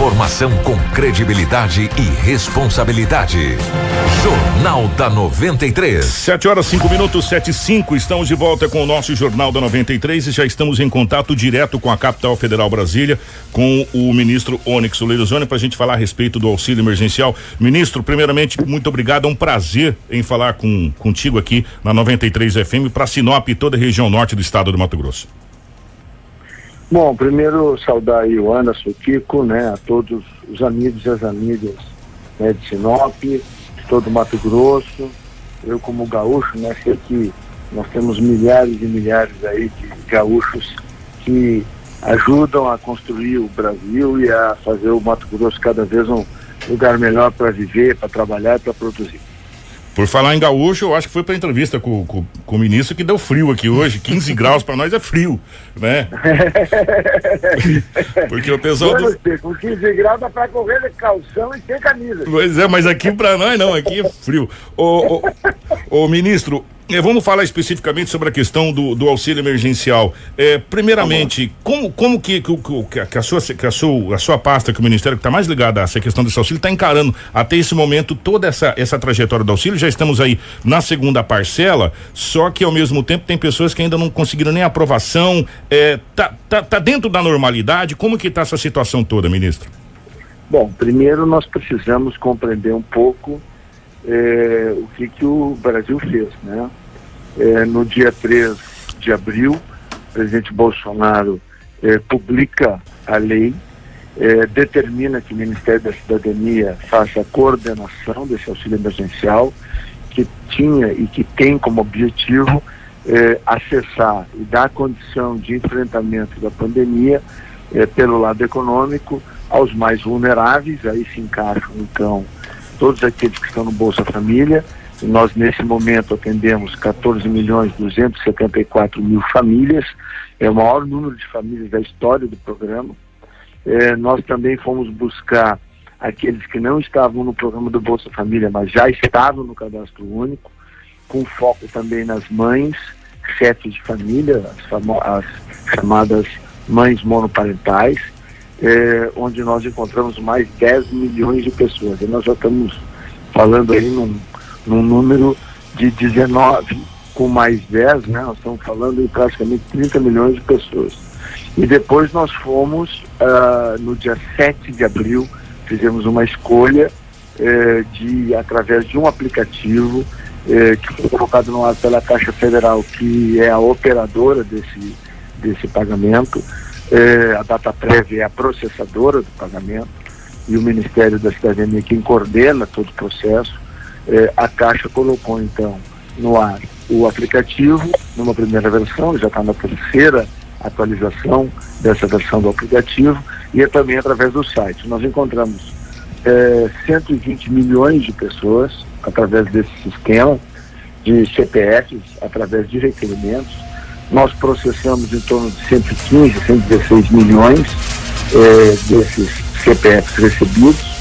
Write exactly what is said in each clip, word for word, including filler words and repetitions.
Informação com credibilidade e responsabilidade. Jornal da noventa e três. Sete horas, cinco minutos, sete e cinco. Estamos de volta com o nosso Jornal da noventa e três e já estamos em contato direto com a capital federal Brasília, com o ministro Onyx Lorenzoni, para a gente falar a respeito do auxílio emergencial. Ministro, primeiramente, muito obrigado. É um prazer em falar com, contigo aqui na noventa e três F M para Sinop e toda a região norte do estado do Mato Grosso. Bom, primeiro saudar aí o Anderson, o Kiko, né, a todos os amigos e as amigas, né, de Sinop, de todo o Mato Grosso. Eu como gaúcho, né, sei que nós temos milhares e milhares aí de gaúchos que ajudam a construir o Brasil e a fazer o Mato Grosso cada vez um lugar melhor para viver, para trabalhar e para produzir. Por falar em gaúcho, eu acho que foi para entrevista com, com, com o ministro que deu frio aqui hoje. quinze graus para nós é frio, né? Porque o pessoal do... Com quinze graus dá para correr de calção e sem camisa. Pois é, mas aqui para nós não, aqui é frio. Ô, ô, ô ministro, eh, vamos falar especificamente sobre a questão do, do auxílio emergencial. Eh, primeiramente, como, como que, que, que, que, a sua, que a sua, a sua pasta, que o Ministério que está mais ligado a essa questão desse auxílio, está encarando até esse momento toda essa, essa trajetória do auxílio? Já estamos aí na segunda parcela, só que ao mesmo tempo tem pessoas que ainda não conseguiram nem aprovação. É, tá, tá, tá dentro da normalidade? Como que tá essa situação toda, ministro? Bom, primeiro nós precisamos compreender um pouco é, o que que o Brasil fez, né? É, no dia três de abril, o presidente Bolsonaro é, publica a lei, é, determina que o Ministério da Cidadania faça a coordenação desse auxílio emergencial, que tinha e que tem como objetivo eh, acessar e dar condição de enfrentamento da pandemia eh, pelo lado econômico aos mais vulneráveis. Aí se encaixam então todos aqueles que estão no Bolsa Família. E nós nesse momento atendemos quatorze milhões duzentos e setenta e quatro mil famílias, é o maior número de famílias da história do programa. Eh, nós também fomos buscar aqueles que não estavam no programa do Bolsa Família, mas já estavam no Cadastro Único, com foco também nas mães, chefes de família, as, famo- as chamadas mães monoparentais, eh, onde nós encontramos mais dez milhões de pessoas. E nós já estamos falando aí num, num número de dezenove, com mais dez, né? Nós estamos falando em praticamente trinta milhões de pessoas. E depois nós fomos, uh, no dia sete de abril, fizemos uma escolha eh, de, através de um aplicativo eh, que foi colocado no ar pela Caixa Federal, que é a operadora desse, desse pagamento. Eh, a Dataprév é a processadora do pagamento e o Ministério da Cidadania quem coordena todo o processo. Eh, a Caixa colocou então no ar o aplicativo numa primeira versão, já está na terceira atualização dessa versão do aplicativo, e é também através do site. Nós encontramos é, cento e vinte milhões de pessoas através desse sistema de C P Fs, através de requerimentos. Nós processamos em torno de cento e quinze, cento e dezesseis milhões é, desses C P Fs recebidos.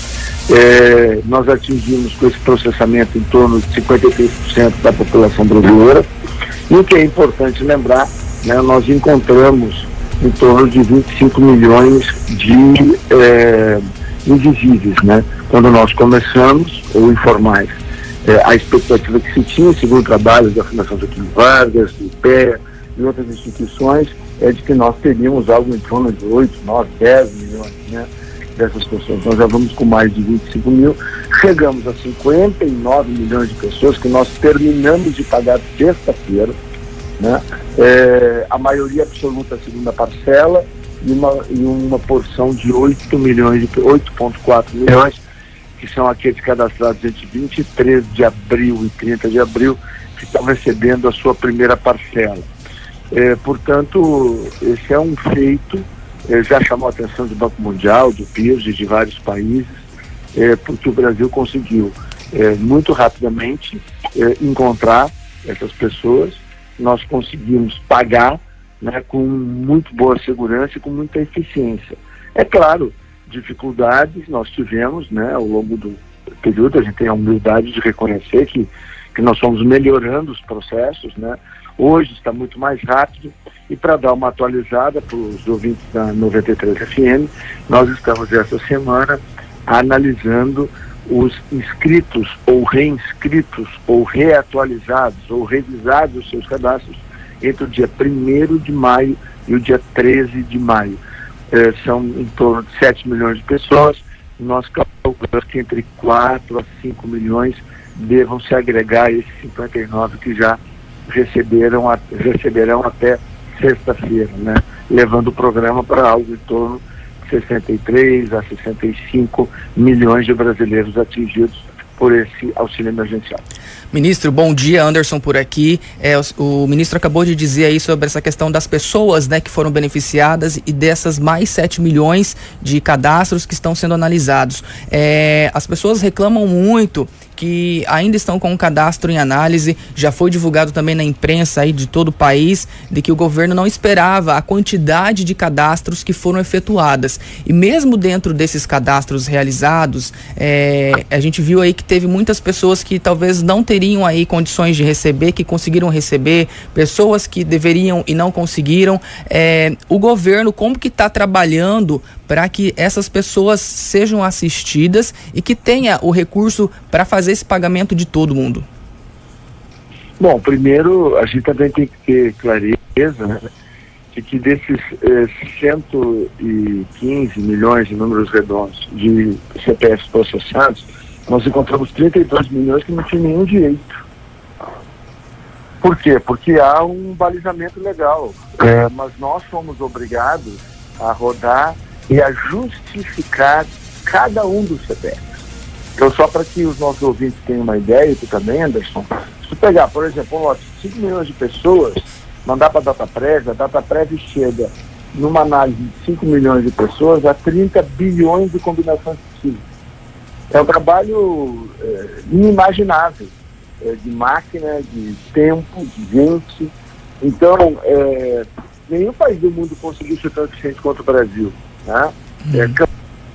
É, nós atingimos com esse processamento em torno de cinquenta e três por cento da população brasileira. E o que é importante lembrar, né, nós encontramos em torno de vinte e cinco milhões de é, invisíveis, né? Quando nós começamos, ou informais, é, a expectativa que se tinha, segundo trabalhos da Fundação Getúlio Vargas, do I P E A e outras instituições, é de que nós teríamos algo em torno de oito, nove, dez milhões, né, dessas pessoas. Nós já vamos com mais de vinte e cinco mil, chegamos a cinquenta e nove milhões de pessoas que nós terminamos de pagar sexta-feira, né? É, a maioria absoluta a segunda parcela e uma, e uma porção de oito milhões, oito vírgula quatro milhões, que são aqueles cadastrados entre vinte e três de abril e trinta de abril, que estão recebendo a sua primeira parcela. É, portanto, esse é um feito, é, já chamou a atenção do Banco Mundial, do P I R S e de vários países, é, porque o Brasil conseguiu é, muito rapidamente é, encontrar essas pessoas. Nós conseguimos pagar, né, com muito boa segurança e com muita eficiência. É claro, dificuldades nós tivemos, né, ao longo do período. A gente tem a humildade de reconhecer que, que nós fomos melhorando os processos, né? Hoje está muito mais rápido, e para dar uma atualizada para os ouvintes da noventa e três F M, nós estamos essa semana analisando os inscritos ou reinscritos ou reatualizados ou revisados os seus cadastros entre o dia primeiro de maio e o dia treze de maio. Eh, são em torno de sete milhões de pessoas. Nós calculamos que entre quatro a cinco milhões devam se agregar a esses cinquenta e nove que já receberam, a, receberão até sexta-feira, né? Levando o programa para algo em torno de sessenta e três a sessenta e cinco milhões de brasileiros atingidos por esse auxílio emergencial. Ministro, bom dia, Anderson por aqui. É, o, o ministro acabou de dizer aí sobre essa questão das pessoas, né, que foram beneficiadas e dessas mais sete milhões de cadastros que estão sendo analisados. É, as pessoas reclamam muito que ainda estão com o cadastro em análise. Já foi divulgado também na imprensa aí de todo o país de que o governo não esperava a quantidade de cadastros que foram efetuadas. E mesmo dentro desses cadastros realizados, é, a gente viu aí que teve muitas pessoas que talvez não teriam aí condições de receber, que conseguiram receber, pessoas que deveriam e não conseguiram. É, o governo, como que está trabalhando para que essas pessoas sejam assistidas e que tenha o recurso para fazer esse pagamento de todo mundo? Bom, primeiro a gente também tem que ter clareza, né, de que desses eh, cento e quinze milhões de números redondos de C P Fs processados, nós encontramos trinta e dois milhões que não tinham nenhum direito. Por quê? Porque há um balizamento legal, é, mas nós fomos obrigados a rodar e a justificar cada um dos C P Fs. Então, só para que os nossos ouvintes tenham uma ideia, tu também, Anderson, se tu pegar, por exemplo, um lote de cinco milhões de pessoas, mandar para a DataPrev, a DataPrev chega numa análise de cinco milhões de pessoas a trinta bilhões de combinações possíveis. É um trabalho é, inimaginável, é, de máquina, de tempo, de gente. Então, é, nenhum país do mundo conseguiu ser tão eficiente quanto o Brasil, né? Uhum. É,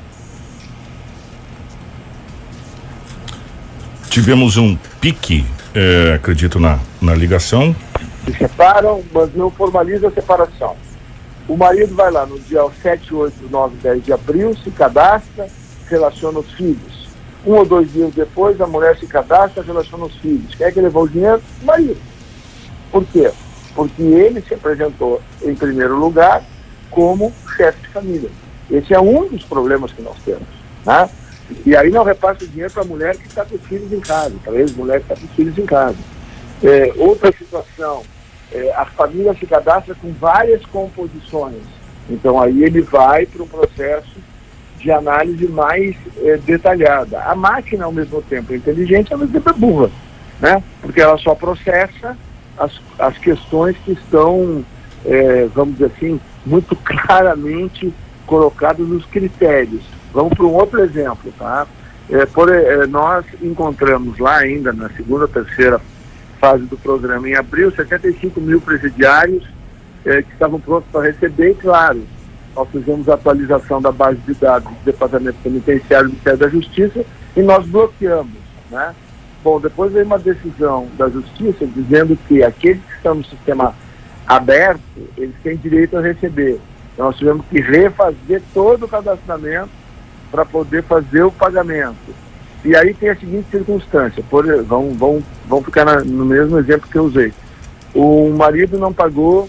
Tivemos um pique, é, acredito, na, na ligação. Se separam, mas não formaliza a separação. O marido vai lá no dia sete, oito, nove, dez de abril, se cadastra, relaciona os filhos. Um ou dois dias depois, a mulher se cadastra, relaciona os filhos. Quer que levou o dinheiro? O marido. Por quê? Porque ele se apresentou em primeiro lugar como chefe de família. Esse é um dos problemas que nós temos, né? E aí não repassa o dinheiro para a mulher que está com os filhos em casa, para a ex-mulher que está com os filhos em casa. É, outra situação, é, a família se cadastra com várias composições. Então aí ele vai para um processo de análise mais é, detalhada. A máquina, ao mesmo tempo, é inteligente, ao mesmo tempo é burra, né? Porque ela só processa as, as questões que estão, é, vamos dizer assim, muito claramente colocadas nos critérios. Vamos para um outro exemplo, tá? É, por, é, nós encontramos lá ainda na segunda ou terceira fase do programa, em abril, setenta e cinco mil presidiários é, que estavam prontos para receber, e claro, nós fizemos a atualização da base de dados do Departamento Penitenciário do Ministério da Justiça e nós bloqueamos, né? Bom, depois veio uma decisão da Justiça dizendo que aqueles que estão no sistema aberto, eles têm direito a receber. Então nós tivemos que refazer todo o cadastramento para poder fazer o pagamento. E aí tem a seguinte circunstância, por, vamos, vamos, vamos ficar na, no mesmo exemplo que eu usei. O marido não pagou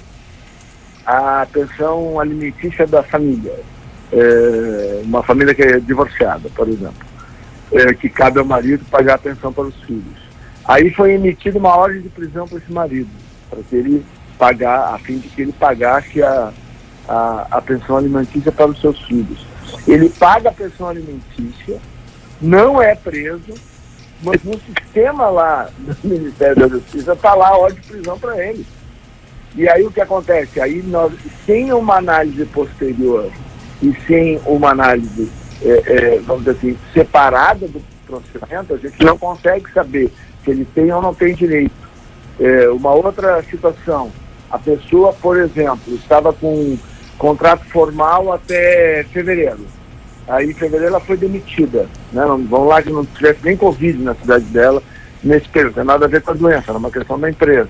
a pensão alimentícia da família, é, uma família que é divorciada, por exemplo, é, que cabe ao marido pagar a pensão para os filhos. Aí foi emitida uma ordem de prisão para esse marido, para que ele pagar, a fim de que ele pagasse a, a, a pensão alimentícia para os seus filhos. Ele paga a pensão alimentícia, não é preso, mas no sistema lá do Ministério da Justiça está lá a ordem de prisão para ele. E aí o que acontece? Aí nós, sem uma análise posterior e sem uma análise, é, é, vamos dizer assim, separada do procedimento, a gente não consegue saber se ele tem ou não tem direito. É, uma outra situação, a pessoa, por exemplo, estava com contrato formal até fevereiro. Aí em fevereiro ela foi demitida, né? Vamos lá que não tivesse nem Covid na cidade dela, nesse período, não tem nada a ver com a doença, é uma questão da empresa.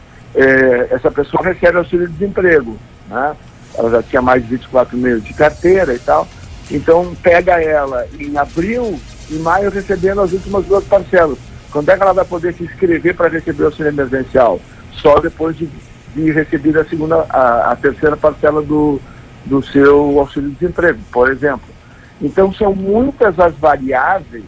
É, essa pessoa recebe auxílio-desemprego, né? Ela já tinha mais de vinte e quatro meses de carteira e tal, então pega ela em abril e maio recebendo as últimas duas parcelas. Quando é que ela vai poder se inscrever para receber o auxílio emergencial? Só depois de, de receber a segunda, a, a terceira parcela do, do seu auxílio-desemprego, por exemplo. Então são muitas as variáveis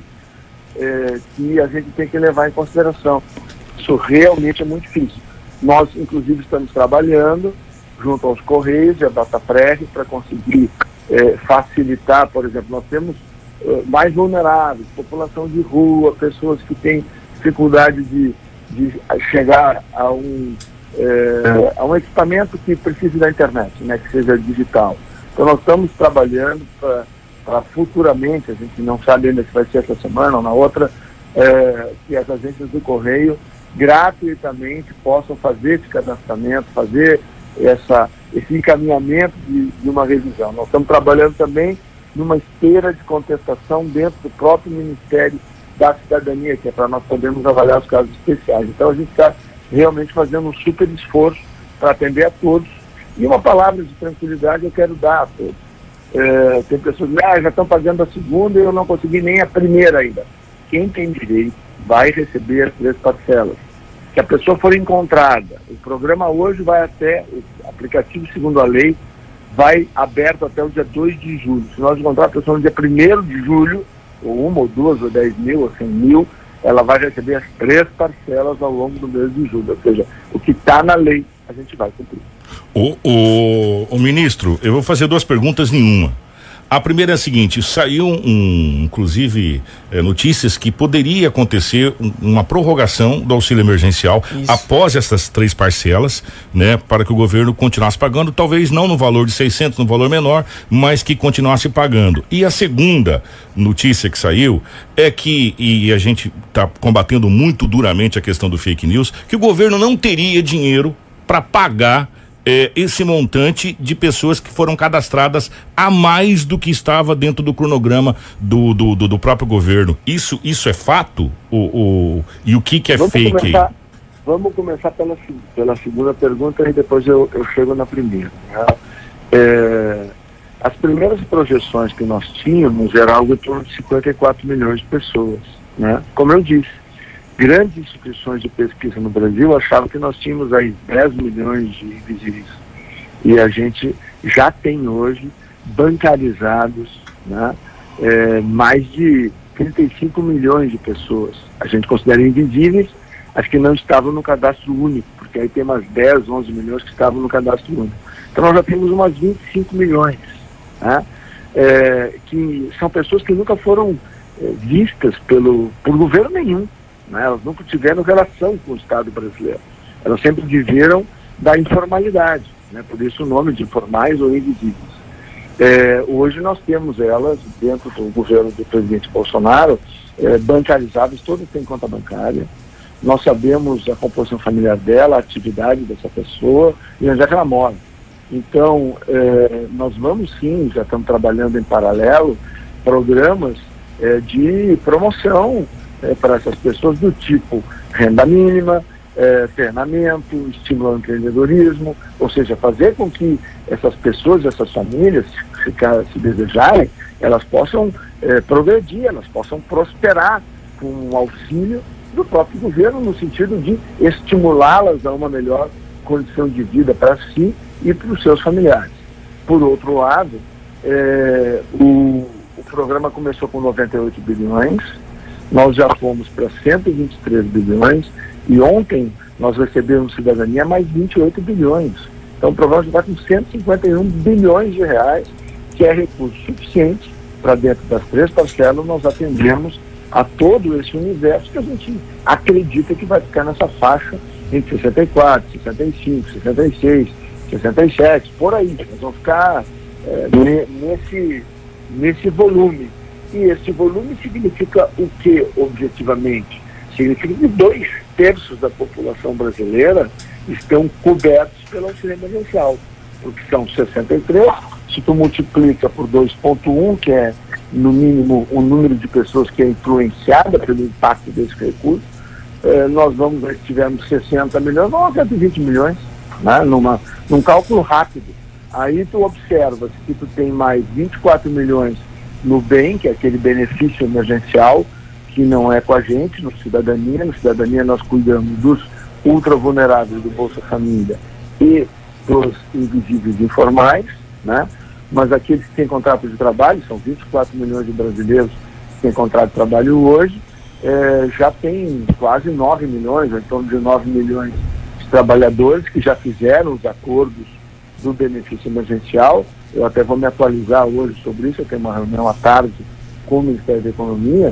é, que a gente tem que levar em consideração. Isso realmente é muito difícil. Nós, inclusive, estamos trabalhando junto aos Correios e à Dataprev para conseguir é, facilitar, por exemplo, nós temos é, mais vulneráveis, população de rua, pessoas que têm dificuldade de, de chegar a um, é, a um equipamento que precise da internet, né, que seja digital. Então nós estamos trabalhando para futuramente, a gente não sabe ainda se vai ser essa semana ou na outra, é, que as agências do Correio gratuitamente possam fazer esse cadastramento, fazer essa, esse encaminhamento de, de uma revisão. Nós estamos trabalhando também numa esteira de contestação dentro do próprio Ministério da Cidadania, que é para nós podermos avaliar os casos especiais. Então a gente está realmente fazendo um super esforço para atender a todos. E uma palavra de tranquilidade eu quero dar a todos. É, tem pessoas que ah, já estão pagando a segunda e eu não consegui nem a primeira ainda. Quem tem direito vai receber as três parcelas. Se a pessoa for encontrada, o programa hoje vai até, o aplicativo segundo a lei, vai aberto até o dia dois de julho. Se nós encontrar a pessoa no dia primeiro de julho, ou uma, ou duas, ou dez mil, ou cem mil, ela vai receber as três parcelas ao longo do mês de julho. Ou seja, o que está na lei, a gente vai cumprir. O, o, o ministro, eu vou fazer duas perguntas em uma. A primeira é a seguinte: saiu um, inclusive, é, notícias que poderia acontecer um, uma prorrogação do auxílio emergencial Isso. após essas três parcelas, né, para que o governo continuasse pagando, talvez não no valor de seiscentos, no valor menor, mas que continuasse pagando. E a segunda notícia que saiu é que, e a gente está combatendo muito duramente a questão do fake news, que o governo não teria dinheiro para pagar É, esse montante de pessoas que foram cadastradas a mais do que estava dentro do cronograma do, do, do, do próprio governo. Isso, isso é fato? O, o, e o que que é vamos fake? Começar, vamos começar pela, pela segunda pergunta e depois eu, eu chego na primeira. Né? É, as primeiras projeções que nós tínhamos era algo em torno de cinquenta e quatro milhões de pessoas. Né? Como eu disse, grandes instituições de pesquisa no Brasil achavam que nós tínhamos aí dez milhões de invisíveis. E a gente já tem hoje bancarizados, né, é, mais de trinta e cinco milhões de pessoas. A gente considera invisíveis as que não estavam no cadastro único, porque aí tem umas dez, onze milhões que estavam no cadastro único. Então nós já temos umas vinte e cinco milhões, né, é, que são pessoas que nunca foram é, vistas pelo, por governo nenhum. Né? Elas nunca tiveram relação com o Estado brasileiro. Elas sempre viveram da informalidade, né? Por isso o nome de informais ou invisíveis. É, hoje nós temos elas dentro do governo do presidente Bolsonaro, é, bancarizadas, todas têm conta bancária. Nós sabemos a composição familiar dela, a atividade dessa pessoa e onde é que ela mora. Então, é, nós vamos sim, já estamos trabalhando em paralelo, programas é, de promoção É, para essas pessoas do tipo renda mínima, é, treinamento, estímulo ao empreendedorismo, ou seja, fazer com que essas pessoas, essas famílias, se, se desejarem, elas possam é, progredir, elas possam prosperar com o auxílio do próprio governo, no sentido de estimulá-las a uma melhor condição de vida para si e para os seus familiares. Por outro lado, é, o, o programa começou com noventa e oito bilhões, nós já fomos para cento e vinte e três bilhões e ontem nós recebemos cidadania mais vinte e oito bilhões. Então o programa já está com cento e cinquenta e um bilhões de reais, que é recurso suficiente para dentro das três parcelas nós atendemos a todo esse universo que a gente acredita que vai ficar nessa faixa entre sessenta e quatro, sessenta e cinco, sessenta e seis, sessenta e sete, por aí. Nós vamos ficar é, nesse, nesse volume. E esse volume significa o que, objetivamente? Significa que dois terços da população brasileira estão cobertos pelo auxílio emergencial, porque são sessenta e três, se tu multiplica por dois vírgula um, que é, no mínimo, o número de pessoas que é influenciada pelo impacto desse recurso, eh, nós vamos, se tivermos sessenta milhões, vamos a cento e vinte milhões, né? Numa, num cálculo rápido. Aí tu observa que tu tem mais vinte e quatro milhões no bem, que é aquele benefício emergencial, que não é com a gente, no Cidadania. No Cidadania nós cuidamos dos ultra vulneráveis do Bolsa Família e dos invisíveis informais, né? Mas aqueles que têm contrato de trabalho, são vinte e quatro milhões de brasileiros que têm contrato de trabalho hoje, é, já tem quase nove milhões, ou em torno de nove milhões de trabalhadores que já fizeram os acordos do benefício emergencial. Eu até vou me atualizar hoje sobre isso, eu tenho uma reunião à tarde com o Ministério da Economia,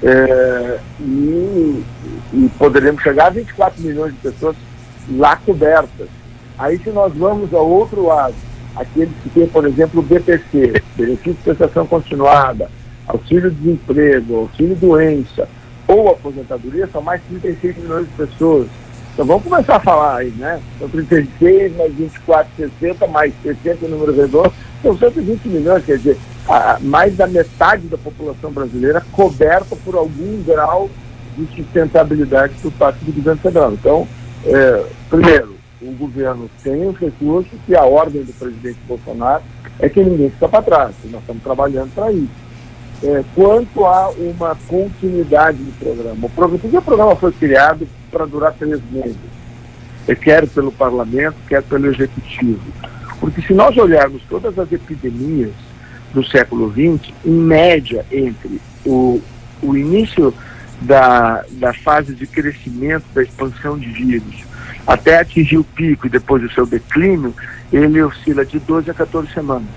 é, e, e poderemos chegar a vinte e quatro milhões de pessoas lá cobertas. Aí, se nós vamos ao outro lado, aqueles que têm, por exemplo, o B P C, benefício de prestação continuada, auxílio-desemprego, auxílio-doença ou aposentadoria, são mais trinta e seis milhões de pessoas. Então vamos começar a falar aí, né? São trinta e seis mais vinte e quatro, sessenta, mais sessenta em número redondo, são cento e vinte milhões, quer dizer, a, mais da metade da população brasileira coberta por algum grau de sustentabilidade por parte do governo federal. Então, é, primeiro, o governo tem os recursos e a ordem do presidente Bolsonaro é que ninguém fica para trás, e nós estamos trabalhando para isso. É, quanto a uma continuidade do programa, o programa, porque o programa foi criado para durar três meses, é, quer pelo parlamento, quer pelo executivo, porque se nós olharmos todas as epidemias do século vinte, em média, entre o, o início da, da fase de crescimento, da expansão de vírus, até atingir o pico e depois o seu declínio, ele oscila de doze a quatorze semanas.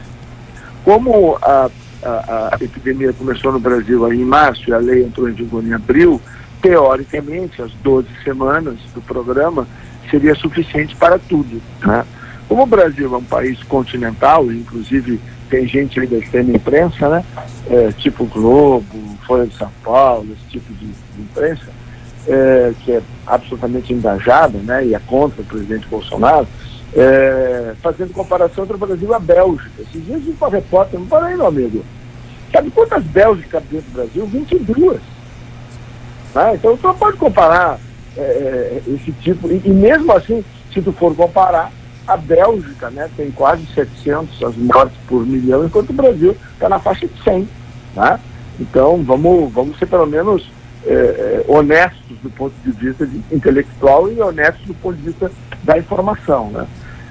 Como a A, a epidemia começou no Brasil aí em março e a lei entrou em vigor em abril, teoricamente, as doze semanas do programa seria suficiente para tudo, né? Como o Brasil é um país continental, inclusive tem gente aí da extrema imprensa, né? É, tipo Globo, Folha de São Paulo, esse tipo de, de imprensa, é, que é absolutamente engajada, né? E é contra o presidente Bolsonaro. É, fazendo comparação entre o Brasil e a Bélgica. Esses dias eu fui para repórter, não para aí, meu amigo. Sabe quantas Bélgicas dentro do Brasil? vinte e duas. Né? Então você não pode comparar é, esse tipo, e, e mesmo assim, se tu for comparar, a Bélgica, né, tem quase setecentas mortes por milhão, enquanto o Brasil está na faixa de cem. Né? Então vamos, vamos ser pelo menos é, é, honestos do ponto de vista de intelectual e honestos do ponto de vista da informação, né?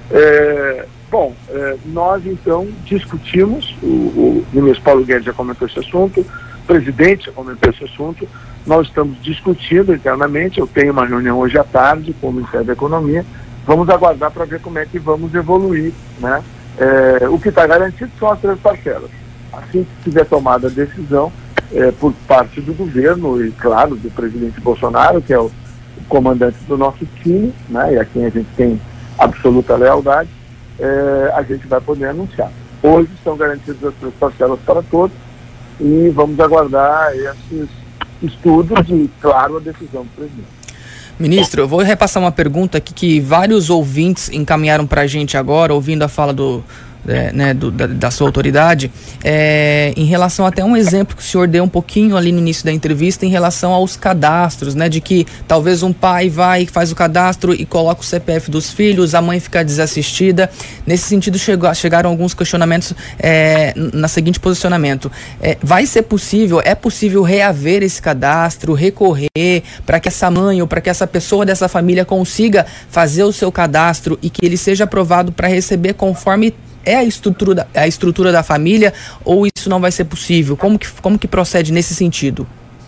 É, bom, é, nós então discutimos, o, o ministro Paulo Guedes já comentou esse assunto, o presidente já comentou esse assunto, nós estamos discutindo internamente, eu tenho uma reunião hoje à tarde com o Ministério da Economia, vamos aguardar para ver como é que vamos evoluir, né? É, o que está garantido são as três parcelas. Assim que tiver tomada a decisão é, por parte do governo e, claro, do presidente Bolsonaro, que é o comandante do nosso time, né, e a quem a gente tem absoluta lealdade, é, a gente vai poder anunciar. Hoje estão garantidas as três parcelas para todos e vamos aguardar esses estudos e, claro, a decisão do presidente. Ministro, eu vou repassar uma pergunta aqui que vários ouvintes encaminharam para a gente agora, ouvindo a fala do... É, né, do, da, da sua autoridade, é, em relação até um exemplo que o senhor deu um pouquinho ali no início da entrevista em relação aos cadastros, né, de que talvez um pai vai e faz o cadastro e coloca o C P F dos filhos, a mãe fica desassistida. Nesse sentido chegou, chegaram alguns questionamentos é, na seguinte posicionamento: é, vai ser possível, é possível reaver esse cadastro, recorrer para que essa mãe ou para que essa pessoa dessa família consiga fazer o seu cadastro e que ele seja aprovado para receber conforme é a estrutura, da, a estrutura da família, ou isso não vai ser possível? Como que, como que procede nesse sentido?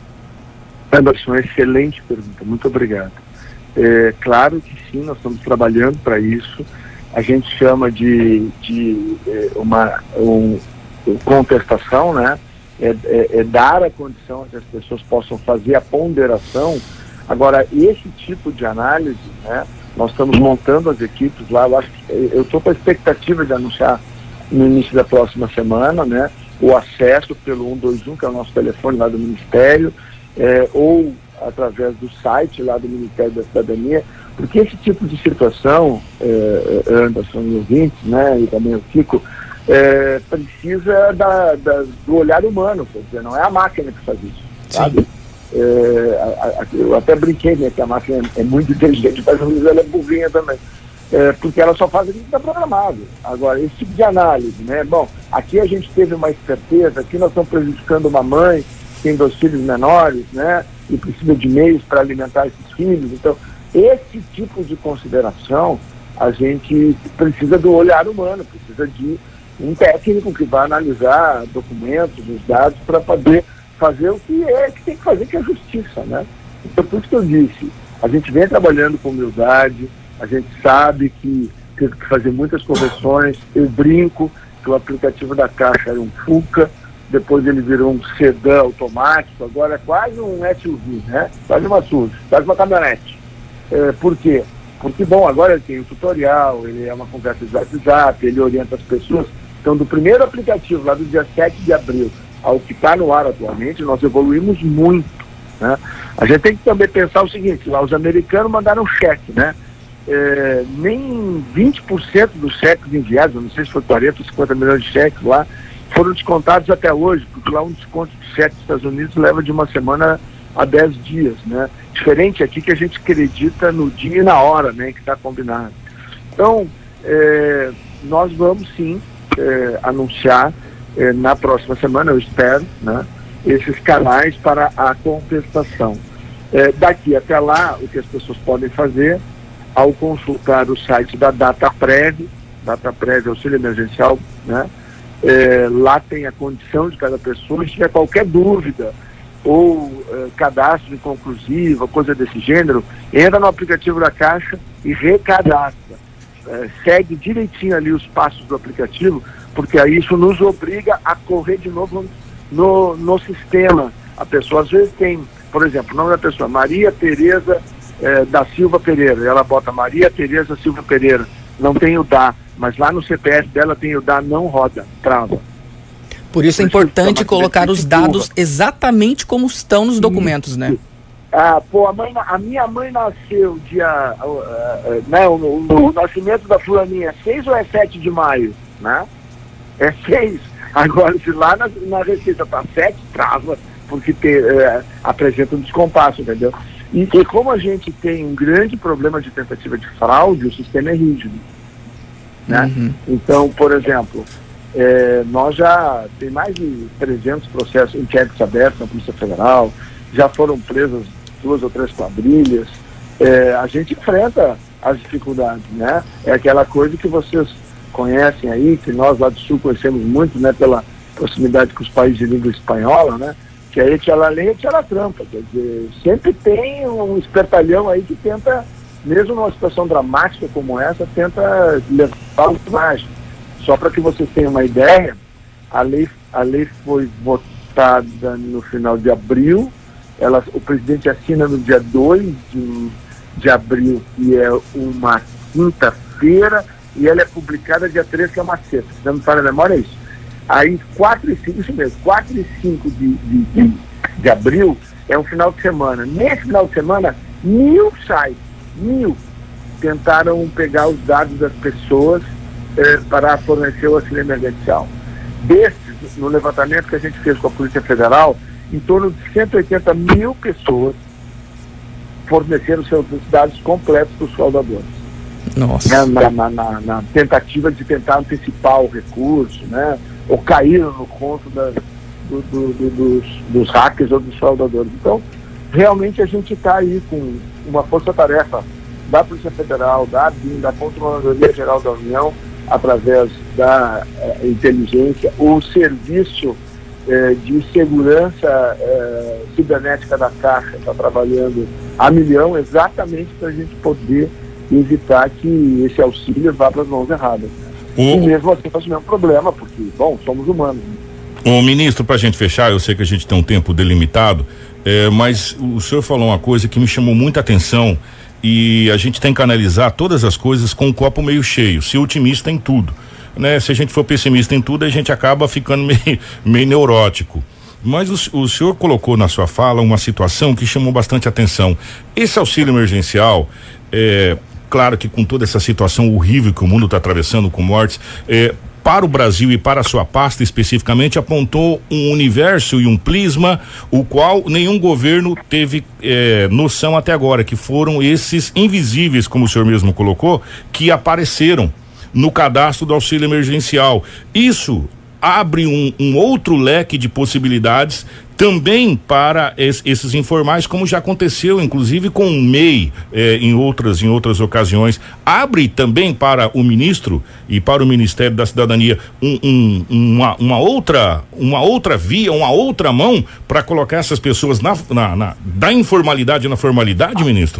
Anderson, excelente pergunta, muito obrigado. É claro que sim, nós estamos trabalhando para isso. A gente chama de, de é, uma um, contestação, né? É, é, é dar a condição que as pessoas possam fazer a ponderação. Agora, esse tipo de análise, né? Nós estamos montando as equipes lá, eu acho que eu estou com a expectativa de anunciar no início da próxima semana, né, o acesso pelo um dois um, que é o nosso telefone lá do Ministério, é, ou através do site lá do Ministério da Cidadania, porque esse tipo de situação, é, Anderson e ouvintes, né, e também o Kiko, é, precisa da, da, do olhar humano, quer dizer, não é a máquina que faz isso, sabe? É, a, a, eu até brinquei, né, que a máquina é, é muito inteligente, mas às vezes ela é burrinha também. É, porque ela só faz aquilo que está programado. Agora, esse tipo de análise, né? Bom, aqui a gente teve uma esperteza, aqui nós estamos prejudicando uma mãe que tem dois filhos menores, né? E precisa de meios para alimentar esses filhos. Então, esse tipo de consideração, a gente precisa do olhar humano, precisa de um técnico que vai analisar documentos, os dados, para poder fazer o que é que tem que fazer, que é a justiça, né? Então, por isso que eu disse, a gente vem trabalhando com humildade, a gente sabe que teve que fazer muitas correções. Eu brinco que o aplicativo da Caixa era um Fuca, depois ele virou um sedã automático, agora é quase um S U V, né? Quase uma S U V, quase uma caminhonete. É, por quê? Porque, bom, agora ele tem o tutorial, ele é uma conversa de WhatsApp, ele orienta as pessoas. Então, do primeiro aplicativo, lá do dia sete de abril, ao que está no ar atualmente, nós evoluímos muito, né? A gente tem que também pensar o seguinte, lá os americanos mandaram cheque, né? É, nem vinte por cento dos cheques enviados, não sei se foi quarenta ou cinquenta milhões de cheques lá, foram descontados até hoje, porque lá um desconto de cheque dos Estados Unidos leva de uma semana a dez dias, né? Diferente aqui que a gente acredita no dia e na hora, né, que está combinado. Então, é, nós vamos sim é, anunciar é, na próxima semana, eu espero, né, esses canais para a compensação. É, daqui até lá, o que as pessoas podem fazer, ao consultar o site da DataPrev, DataPrev Auxílio Emergencial, né? É, lá tem a condição de cada pessoa. Se tiver qualquer dúvida ou é, cadastro inconclusivo, coisa desse gênero, entra no aplicativo da Caixa e recadastra. É, segue direitinho ali os passos do aplicativo, porque aí isso nos obriga a correr de novo no, no sistema. A pessoa às vezes tem, por exemplo, o nome da pessoa, Maria Tereza É, da Silva Pereira, ela bota Maria Tereza Silva Pereira, não tem o dá, mas lá no C P F dela tem o dá, não roda, trava. Por isso é importante colocar os dados exatamente como estão nos documentos, né? Ah, pô, a, mãe, a minha mãe nasceu dia, uh, uh, né, o, o, o nascimento da fulaninha é seis ou é sete de maio, né? É seis. Agora, se lá na, na receita tá sete, trava, porque te, uh, apresenta um descompasso, entendeu? E, e como a gente tem um grande problema de tentativa de fraude, o sistema é rígido, né? Uhum. Então, por exemplo, é, nós já tem mais de trezentos processos, inquéritos abertos na Polícia Federal, já foram presas duas ou três quadrilhas. É, a gente enfrenta as dificuldades, né? É aquela coisa que vocês conhecem aí, que nós lá do Sul conhecemos muito, né? Pela proximidade com os países de língua espanhola, né? Que aí tira a lenha, tira a trampa. Quer dizer, sempre tem um espertalhão aí que tenta, mesmo numa situação dramática como essa, tenta levar o imagem. Só para que vocês tenham uma ideia, a lei, a lei foi votada no final de abril, ela, o presidente assina no dia dois de, de abril, que é uma quinta-feira, e ela é publicada dia três, que é uma sexta. Se não me falha a memória, é isso. Aí, quatro e cinco, isso mesmo, quatro e cinco de, de, de, de abril é um final de semana. Nesse final de semana, mil sites, mil, tentaram pegar os dados das pessoas eh, para fornecer o auxílio emergencial. Desses, no levantamento que a gente fez com a Polícia Federal, em torno de cento e oitenta mil pessoas forneceram seus dados completos para os fraudadores. Nossa. Na, na, na, na tentativa de tentar antecipar o recurso, né? Ou caíram no conto da, do, do, do, dos, dos hackers ou dos fraudadores. Então, realmente a gente está aí com uma força-tarefa da Polícia Federal, da A B I N, da Controladoria Geral da União, através da eh, inteligência, o Serviço eh, de Segurança eh, Cibernética da Caixa está trabalhando a milhão exatamente para a gente poder evitar que esse auxílio vá para as mãos erradas. O... E mesmo assim faz o mesmo problema, porque, bom, somos humanos. O ministro, para a gente fechar, eu sei que a gente tem um tempo delimitado, é, mas o senhor falou uma coisa que me chamou muita atenção, e a gente tem que analisar todas as coisas com o copo meio cheio, ser otimista em tudo, né? Se a gente for pessimista em tudo, a gente acaba ficando meio, meio neurótico. Mas o, o senhor colocou na sua fala uma situação que chamou bastante atenção. Esse auxílio emergencial, é, claro que com toda essa situação horrível que o mundo está atravessando com mortes, é, para o Brasil e para a sua pasta especificamente, apontou um universo e um prisma, o qual nenhum governo teve eh, noção até agora, que foram esses invisíveis, como o senhor mesmo colocou, que apareceram no cadastro do auxílio emergencial. Isso abre um, um outro leque de possibilidades também para es, esses informais, como já aconteceu inclusive com o M E I eh, em outras em outras ocasiões. Abre também para o ministro e para o Ministério da Cidadania um, um, uma, uma outra uma outra via, uma outra mão para colocar essas pessoas na, na, na da informalidade na formalidade, ministro?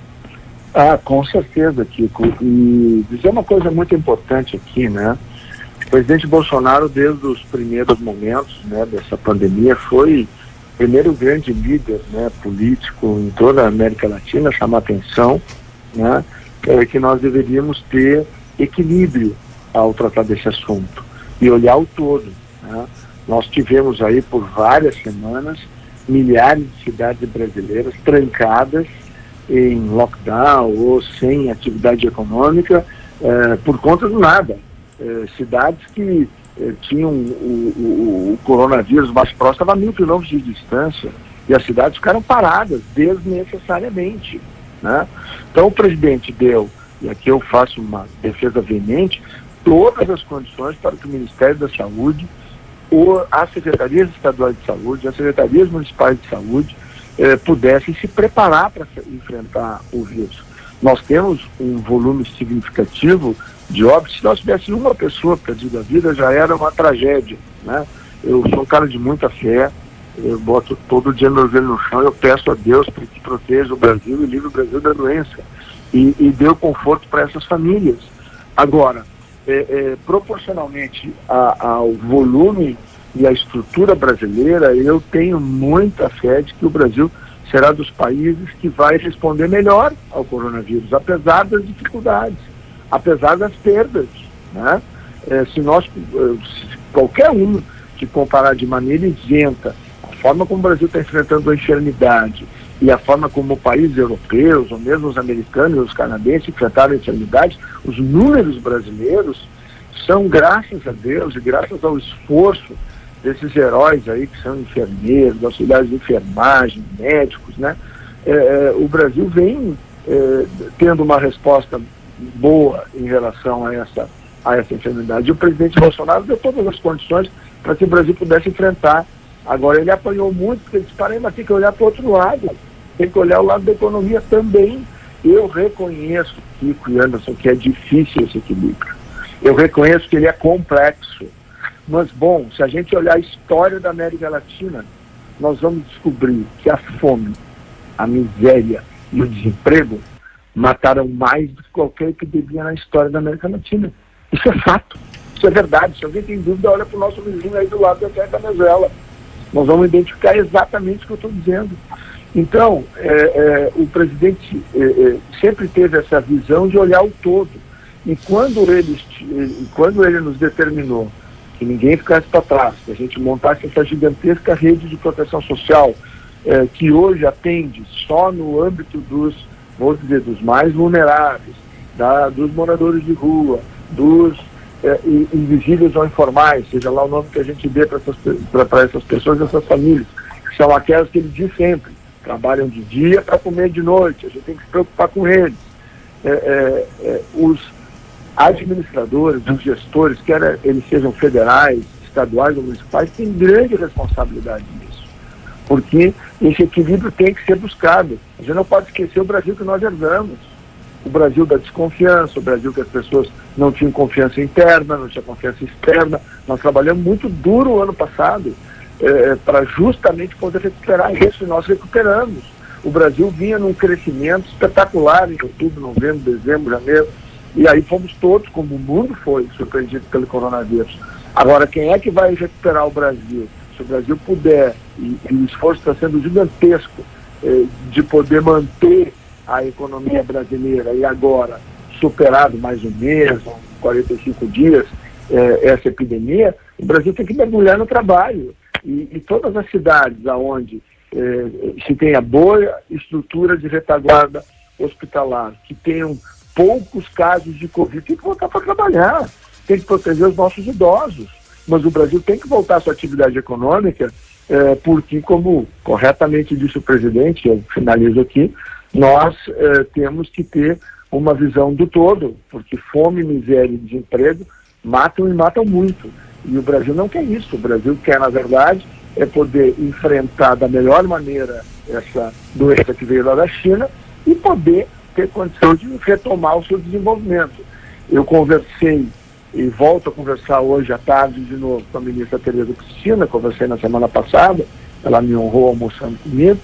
Ah, com certeza, Kiko. E dizer uma coisa muito importante aqui, né? O presidente Bolsonaro, desde os primeiros momentos, né, dessa pandemia, foi o primeiro grande líder, né, político em toda a América Latina a chamar atenção, né, é, que nós deveríamos ter equilíbrio ao tratar desse assunto e olhar o todo, né? Nós tivemos aí por várias semanas milhares de cidades brasileiras trancadas em lockdown ou sem atividade econômica eh, por conta do nada. Eh, cidades que eh, tinham o, o, o coronavírus mais próximo, estava a mil quilômetros de distância, e as cidades ficaram paradas desnecessariamente, né? Então o presidente deu, e aqui eu faço uma defesa veemente, todas as condições para que o Ministério da Saúde, ou as secretarias estaduais de saúde, as secretarias municipais de saúde, Eh, pudessem se preparar para enfrentar o vírus. Nós temos um volume significativo de óbitos. Se nós tivéssemos uma pessoa perdida a vida, já era uma tragédia, né? Eu sou um cara de muita fé, eu boto todo dia meu joelho no chão, eu peço a Deus para que proteja o Brasil e livre o Brasil da doença e, e dê o conforto para essas famílias. Agora, eh, eh, proporcionalmente a, ao volume e a estrutura brasileira, eu tenho muita fé de que o Brasil será dos países que vai responder melhor ao coronavírus, apesar das dificuldades, apesar das perdas, né? É, se nós, se qualquer um que comparar de maneira isenta a forma como o Brasil está enfrentando a enfermidade e a forma como países europeus, ou mesmo os americanos e os canadenses enfrentaram a enfermidade, os números brasileiros são, graças a Deus e graças ao esforço desses heróis aí que são enfermeiros, auxiliares de enfermagem, médicos, né? É, é, o Brasil vem é, tendo uma resposta boa em relação a essa, a essa enfermidade. E o presidente Bolsonaro deu todas as condições para que o Brasil pudesse enfrentar. Agora ele apanhou muito, porque ele disse, parei, mas tem que olhar para o outro lado, tem que olhar o lado da economia também. Eu reconheço, Kiko e Anderson, que é difícil esse equilíbrio. Eu reconheço que ele é complexo. Mas, bom, se a gente olhar a história da América Latina, nós vamos descobrir que a fome, a miséria e o desemprego mataram mais do que qualquer epidemia na história da América Latina. Isso é fato, isso é verdade. Se alguém tem dúvida, olha para o nosso vizinho aí do lado da Venezuela. Nós vamos identificar exatamente o que eu estou dizendo. Então, é, é, o presidente é, é, sempre teve essa visão de olhar o todo. E quando ele, quando ele nos determinou que ninguém ficasse para trás, que a gente montasse essa gigantesca rede de proteção social, eh, que hoje atende só no âmbito dos, vou dizer, dos mais vulneráveis, da, dos moradores de rua, dos eh, invisíveis ou informais, seja lá o nome que a gente dê para essas, essas pessoas, essas famílias, que são aquelas que ele diz sempre, trabalham de dia para comer de noite, a gente tem que se preocupar com eles. Eh, eh, eh, os administradores, os gestores, quer eles sejam federais, estaduais ou municipais, têm grande responsabilidade nisso, porque esse equilíbrio tem que ser buscado. A gente não pode esquecer o Brasil que nós herdamos, o Brasil da desconfiança, o Brasil que as pessoas não tinham confiança interna, não tinham confiança externa. Nós trabalhamos muito duro o ano passado eh, para justamente poder recuperar isso, e nós recuperamos. O Brasil vinha num crescimento espetacular em outubro, novembro, dezembro, janeiro, e aí fomos todos, como o mundo foi, surpreendido pelo coronavírus. Agora, quem é que vai recuperar o Brasil? Se o Brasil puder, e, e o esforço está sendo gigantesco, eh, de poder manter a economia brasileira e agora superado mais um mês, quarenta e cinco dias, eh, essa epidemia, o Brasil tem que mergulhar no trabalho. E, e todas as cidades onde eh, se tenha boa estrutura de retaguarda hospitalar, que tenham poucos casos de Covid, tem que voltar para trabalhar. tem que proteger os nossos idosos. Mas o Brasil tem que voltar à sua atividade econômica, eh, porque, como corretamente disse o presidente, eu finalizo aqui, nós eh, temos que ter uma visão do todo, porque fome, miséria e desemprego matam e matam muito. E o Brasil não quer isso. O Brasil quer, na verdade, é poder enfrentar da melhor maneira essa doença que veio lá da China e poder ter condição de retomar o seu desenvolvimento. Eu conversei e volto a conversar hoje à tarde de novo com a ministra Tereza Cristina, conversei na semana passada, ela me honrou almoçando comigo,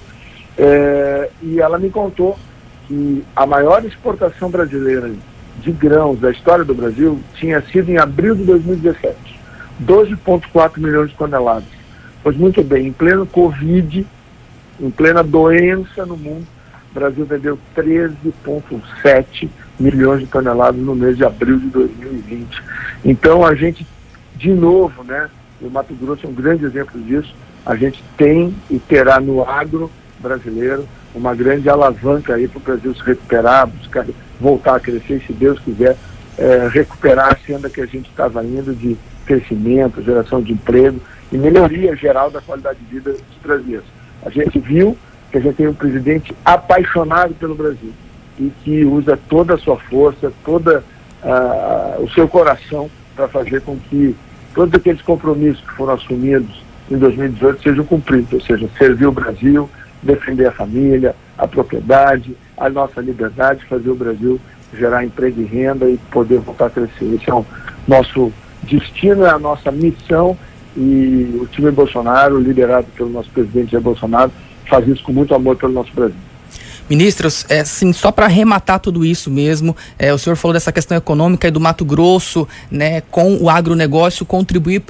é, e ela me contou que a maior exportação brasileira de grãos da história do Brasil tinha sido em abril de dois mil e dezessete, doze vírgula quatro milhões de toneladas. Pois muito bem, em pleno Covid, em plena doença no mundo, o Brasil vendeu treze vírgula sete milhões de toneladas no mês de abril de dois mil e vinte. Então a gente, de novo, né, o Mato Grosso é um grande exemplo disso, a gente tem e terá no agro brasileiro uma grande alavanca aí para o Brasil se recuperar, buscar voltar a crescer, se Deus quiser, é, recuperar a senda que a gente estava indo de crescimento, geração de emprego e melhoria geral da qualidade de vida dos brasileiros. A gente viu que a gente tem um presidente apaixonado pelo Brasil e que usa toda a sua força, todo uh, o seu coração para fazer com que todos aqueles compromissos que foram assumidos em dois mil e dezoito sejam cumpridos, ou seja, servir o Brasil, defender a família, a propriedade, a nossa liberdade, fazer o Brasil gerar emprego e renda e poder voltar a crescer. Esse é o nosso destino, é a nossa missão e o time Bolsonaro, liderado pelo nosso presidente Jair Bolsonaro, faz isso com muito amor pelo nosso Brasil. Ministros, é, assim, só para arrematar tudo isso mesmo, é, o senhor falou dessa questão econômica e do Mato Grosso, né, com o agronegócio contribuir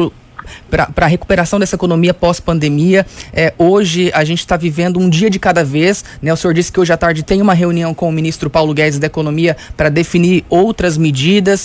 para a recuperação dessa economia pós-pandemia. É, hoje a gente está vivendo um dia de cada vez, né? O senhor disse que hoje à tarde tem uma reunião com o ministro Paulo Guedes da Economia para definir outras medidas.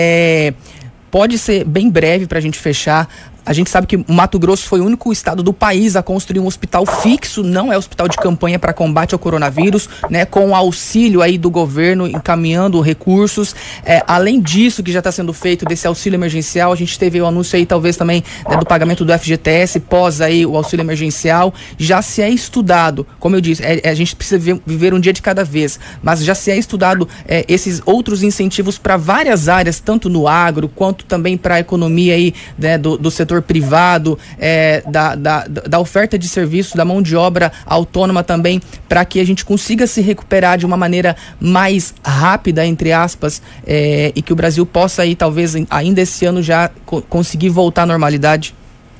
É, pode ser bem breve para a gente fechar. A gente sabe que o Mato Grosso foi o único estado do país a construir um hospital fixo, não é hospital de campanha para combate ao coronavírus, né, com o auxílio aí do governo encaminhando recursos. É, além disso, que já está sendo feito desse auxílio emergencial, a gente teve o anúncio aí talvez também, né, do pagamento do F G T S pós aí o auxílio emergencial. Já se é estudado, como eu disse, é, é, a gente precisa viver, viver um dia de cada vez, mas já se é estudado é, esses outros incentivos para várias áreas, tanto no agro quanto também para a economia aí, né, do, do setor privado, é, da, da, da oferta de serviços, da mão de obra autônoma também, para que a gente consiga se recuperar de uma maneira mais rápida, entre aspas, é, e que o Brasil possa aí, talvez, ainda esse ano já co- conseguir voltar à normalidade?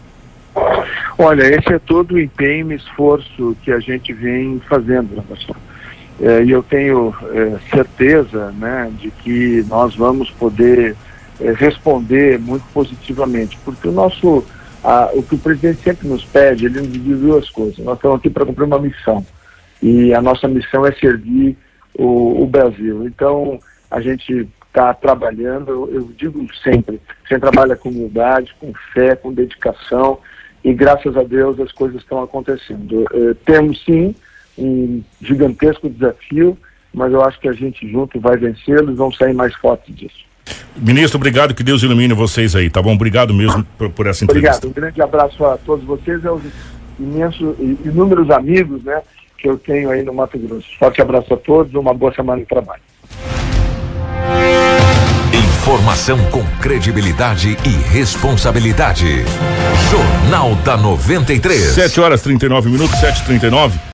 Olha, esse é todo o empenho e esforço que a gente vem fazendo, professor. É, e eu tenho é, certeza, né, de que nós vamos poder É, responder muito positivamente, porque o nosso, a, o que o presidente sempre nos pede, ele nos diz duas coisas. Nós estamos aqui para cumprir uma missão, e a nossa missão é servir o, o Brasil. Então, a gente está trabalhando, eu, eu digo sempre, a gente trabalha com humildade, com fé, com dedicação, e graças a Deus as coisas estão acontecendo. É, temos sim um gigantesco desafio, mas eu acho que a gente junto vai vencê-lo e vamos sair mais fortes disso. Ministro, obrigado, que Deus ilumine vocês aí, tá bom? Obrigado mesmo por, por essa entrevista. Obrigado, um grande abraço a todos vocês e aos imensos, inúmeros amigos, né, que eu tenho aí no Mato Grosso. Forte abraço a todos, uma boa semana de trabalho. Informação com credibilidade e responsabilidade. Jornal da noventa e três. sete horas e trinta e nove minutos, sete e trinta e nove.